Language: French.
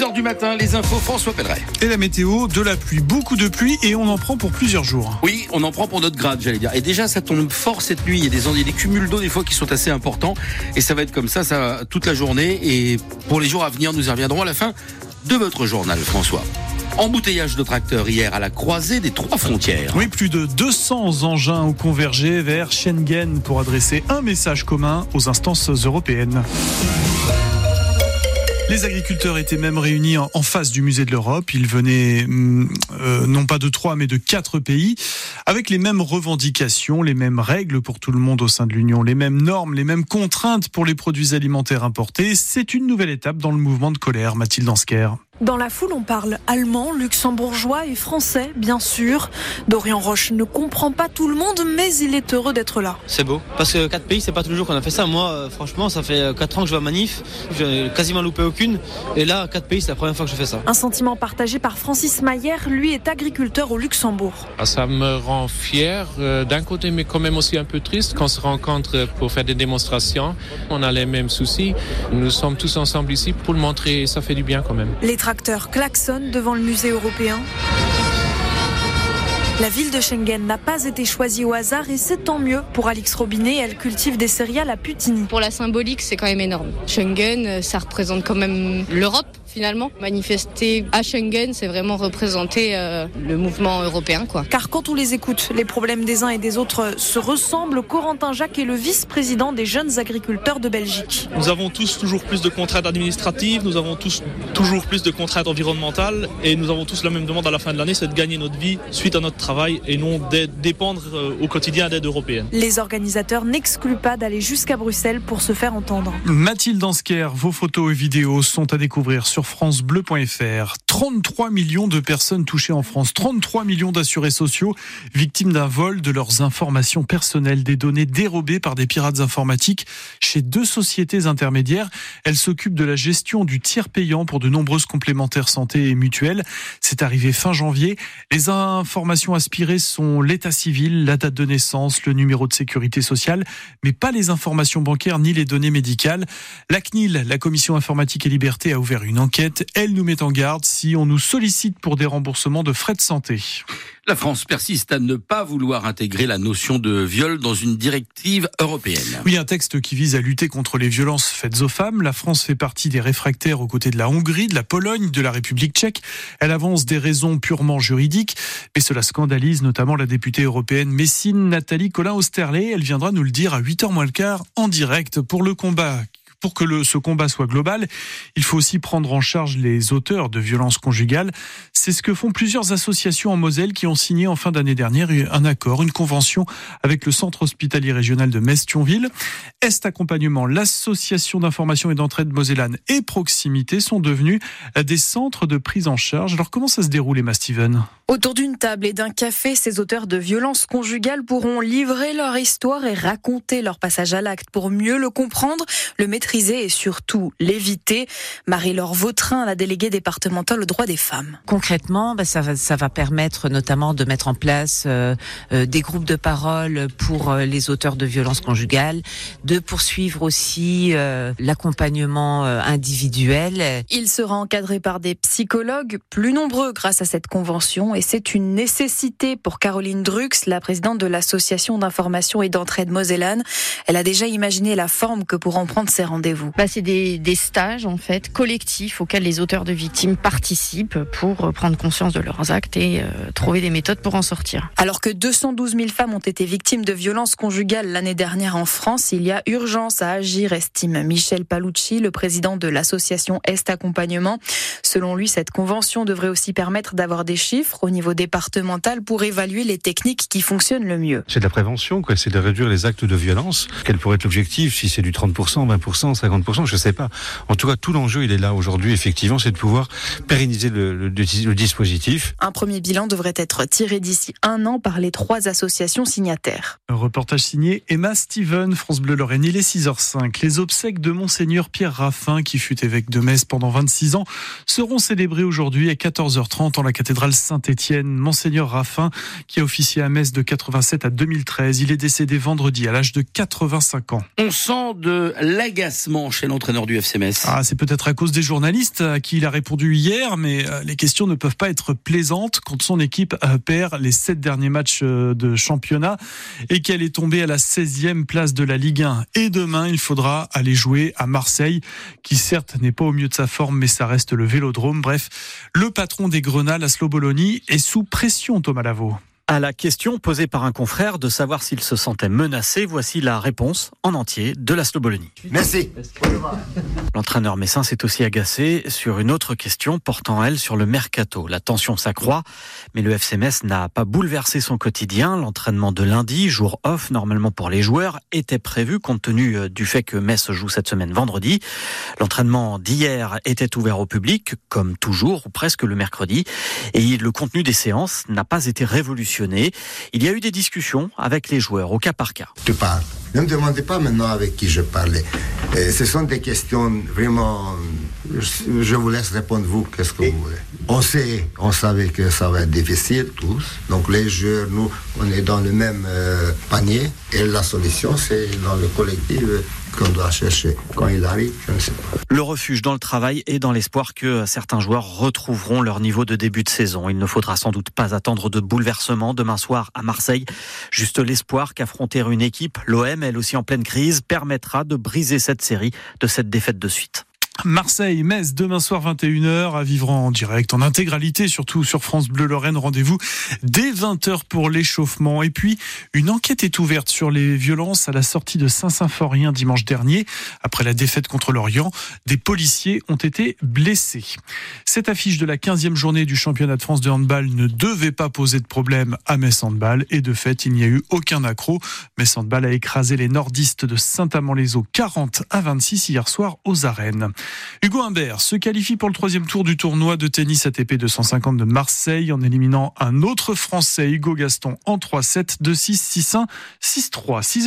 6h du matin, les infos, François Pelleret. Et la météo, de la pluie, beaucoup de pluie et on en prend pour plusieurs jours. Oui, on en prend pour notre grade, j'allais dire. Et déjà, ça tombe fort cette nuit. Il y a des cumuls d'eau des fois qui sont assez importants. Et ça va être comme ça toute la journée. Et pour les jours à venir, nous y reviendrons à la fin de votre journal, François. Embouteillage de tracteurs hier à la croisée des 3 frontières. Oui, plus de 200 engins ont convergé vers Schengen pour adresser un message commun aux instances européennes. Les agriculteurs étaient même réunis en face du musée de l'Europe. Ils venaient non pas de 3 mais de 4 pays avec les mêmes revendications, les mêmes règles pour tout le monde au sein de l'Union, les mêmes normes, les mêmes contraintes pour les produits alimentaires importés. C'est une nouvelle étape dans le mouvement de colère. Mathilde Ansker. Dans la foule, on parle allemand, luxembourgeois et français, bien sûr. Dorian Roche ne comprend pas tout le monde, mais il est heureux d'être là. C'est beau, parce que 4 pays, c'est pas tous les jours qu'on a fait ça. Moi, franchement, ça fait 4 ans que je vais à Manif, j'ai quasiment loupé aucune. Et là, 4 pays, c'est la première fois que je fais ça. Un sentiment partagé par Francis Mayer, lui est agriculteur au Luxembourg. Ça me rend fier d'un côté, mais quand même aussi un peu triste qu'on se rencontre pour faire des démonstrations. On a les mêmes soucis. Nous sommes tous ensemble ici pour le montrer et ça fait du bien quand même. Les tracteurs klaxonnent devant le musée européen. La ville de Schengen n'a pas été choisie au hasard et c'est tant mieux. Pour Alix Robinet, elle cultive des céréales à Putigny. Pour la symbolique, c'est quand même énorme. Schengen, ça représente quand même l'Europe. Finalement, manifester à Schengen, c'est vraiment représenter le mouvement européen, quoi. Car quand on les écoute, les problèmes des uns et des autres se ressemblent. Corentin Jacques est le vice-président des jeunes agriculteurs de Belgique. Nous avons tous toujours plus de contraintes administratives, nous avons tous toujours plus de contraintes environnementales et nous avons tous la même demande à la fin de l'année, c'est de gagner notre vie suite à notre travail et non de dépendre au quotidien d'aide européenne. Les organisateurs n'excluent pas d'aller jusqu'à Bruxelles pour se faire entendre. Mathilde Ansker, vos photos et vidéos sont à découvrir sur francebleu.fr. 33 millions de personnes touchées en France, 33 millions d'assurés sociaux victimes d'un vol de leurs informations personnelles, des données dérobées par des pirates informatiques chez 2 sociétés intermédiaires. Elles s'occupent de la gestion du tiers payant pour de nombreuses complémentaires santé et mutuelles. C'est arrivé fin janvier. Les informations aspirées sont l'état civil, la date de naissance, le numéro de sécurité sociale, mais pas les informations bancaires ni les données médicales. La CNIL, la Commission informatique et liberté, a ouvert une enquête. Elle nous met en garde si on nous sollicite pour des remboursements de frais de santé. La France persiste à ne pas vouloir intégrer la notion de viol dans une directive européenne. Oui, un texte qui vise à lutter contre les violences faites aux femmes. La France fait partie des réfractaires aux côtés de la Hongrie, de la Pologne, de la République tchèque. Elle avance des raisons purement juridiques, mais cela scandalise notamment la députée européenne Messine Nathalie Collin-Osterlé. Elle viendra nous le dire à 8h moins le quart en direct pour le combat. Pour que ce combat soit global, il faut aussi prendre en charge les auteurs de violences conjugales. C'est ce que font plusieurs associations en Moselle qui ont signé en fin d'année dernière un accord, une convention avec le centre hospitalier régional de Metz-Thionville. Est Accompagnement, l'association d'information et d'entraide mosellane et Proximité sont devenus des centres de prise en charge. Alors comment ça se déroule, Emma Steven ? Autour d'une table et d'un café, ces auteurs de violences conjugales pourront livrer leur histoire et raconter leur passage à l'acte pour mieux le comprendre, le maîtriser et surtout l'éviter. Marie-Laure Vautrin, la déléguée départementale aux droits des femmes. Concrètement, ça va permettre notamment de mettre en place des groupes de parole pour les auteurs de violences conjugales, de poursuivre aussi l'accompagnement individuel. Il sera encadré par des psychologues plus nombreux grâce à cette convention et c'est une nécessité pour Caroline Drux, la présidente de l'association d'information et d'entraide mosellane. Elle a déjà imaginé la forme que pourront prendre ces rendez-vous. C'est des stages en fait collectifs auxquels les auteurs de victimes participent pour prendre conscience de leurs actes et trouver des méthodes pour en sortir. Alors que 212 000 femmes ont été victimes de violences conjugales l'année dernière en France, il y a urgence à agir, estime Michel Palucci, le président de l'association Est Accompagnement. Selon lui, cette convention devrait aussi permettre d'avoir des chiffres au niveau départemental pour évaluer les techniques qui fonctionnent le mieux. C'est de la prévention, quoi. C'est de réduire les actes de violence. Quel pourrait être l'objectif? Si c'est du 30%, 20%, 50%, je ne sais pas. En tout cas, tout l'enjeu, il est là aujourd'hui, effectivement, c'est de pouvoir pérenniser le dispositif. Un premier bilan devrait être tiré d'ici 1 an par les 3 associations signataires. Un reportage signé Emma Steven, France Bleu Lorraine. Il est 6h05. Les obsèques de Monseigneur Pierre Raffin, qui fut évêque de Metz pendant 26 ans, seront célébrées aujourd'hui à 14h30 en la cathédrale Saint-Étienne. Monseigneur Raffin, qui a officié à Metz de 87 à 2013. Il est décédé vendredi à l'âge de 85 ans. On sent de l'agacement agacement chez l'entraîneur du FC Metz. C'est peut-être à cause des journalistes à qui il a répondu hier, mais les questions ne peuvent pas être plaisantes quand son équipe perd les 7 derniers matchs de championnat et qu'elle est tombée à la 16e place de la Ligue 1. Et demain, il faudra aller jouer à Marseille, qui certes n'est pas au mieux de sa forme, mais ça reste le Vélodrome. Bref, le patron des Grenats, Laszlo Bologna, est sous pression, Thomas Lavaux. À la question posée par un confrère de savoir s'il se sentait menacé, voici la réponse en entier de Laszlo Bologna. Merci. L'entraîneur messin s'est aussi agacé sur une autre question portant, elle, sur le mercato. La tension s'accroît, mais le FC Metz n'a pas bouleversé son quotidien. L'entraînement de lundi, jour off normalement pour les joueurs, était prévu compte tenu du fait que Metz joue cette semaine vendredi. L'entraînement d'hier était ouvert au public, comme toujours, ou presque le mercredi, et le contenu des séances n'a pas été révolutionné. Il y a eu des discussions avec les joueurs au cas par cas. Tu parles. Ne me demandez pas maintenant avec qui je parlais. Ce sont des questions vraiment... Je vous laisse répondre vous, qu'est-ce que vous voulez. On savait que ça va être difficile, tous. Donc les joueurs, nous, on est dans le même panier. Et la solution, c'est dans le collectif qu'on doit chercher. Quand il arrive, je ne sais pas. Le refuge dans le travail et dans l'espoir que certains joueurs retrouveront leur niveau de début de saison. Il ne faudra sans doute pas attendre de bouleversement demain soir à Marseille. Juste l'espoir qu'affronter une équipe, l'OM, elle aussi en pleine crise, permettra de briser cette série de 7 défaites de suite. Marseille, Metz, demain soir 21h, à vivre en direct, en intégralité, surtout sur France Bleu Lorraine. Rendez-vous dès 20h pour l'échauffement. Et puis, une enquête est ouverte sur les violences à la sortie de Saint-Symphorien dimanche dernier. Après la défaite contre Lorient, des policiers ont été blessés. Cette affiche de la 15e journée du championnat de France de handball ne devait pas poser de problème à Metz Handball. Et de fait, il n'y a eu aucun accroc. Metz Handball a écrasé les nordistes de Saint-Amand-les-Eaux 40-26 hier soir aux Arènes. Hugo Humbert se qualifie pour le 3e tour du tournoi de tennis ATP 250 de Marseille en éliminant un autre Français, Hugo Gaston, en 3-7, 2-6, 6-1, 6-3.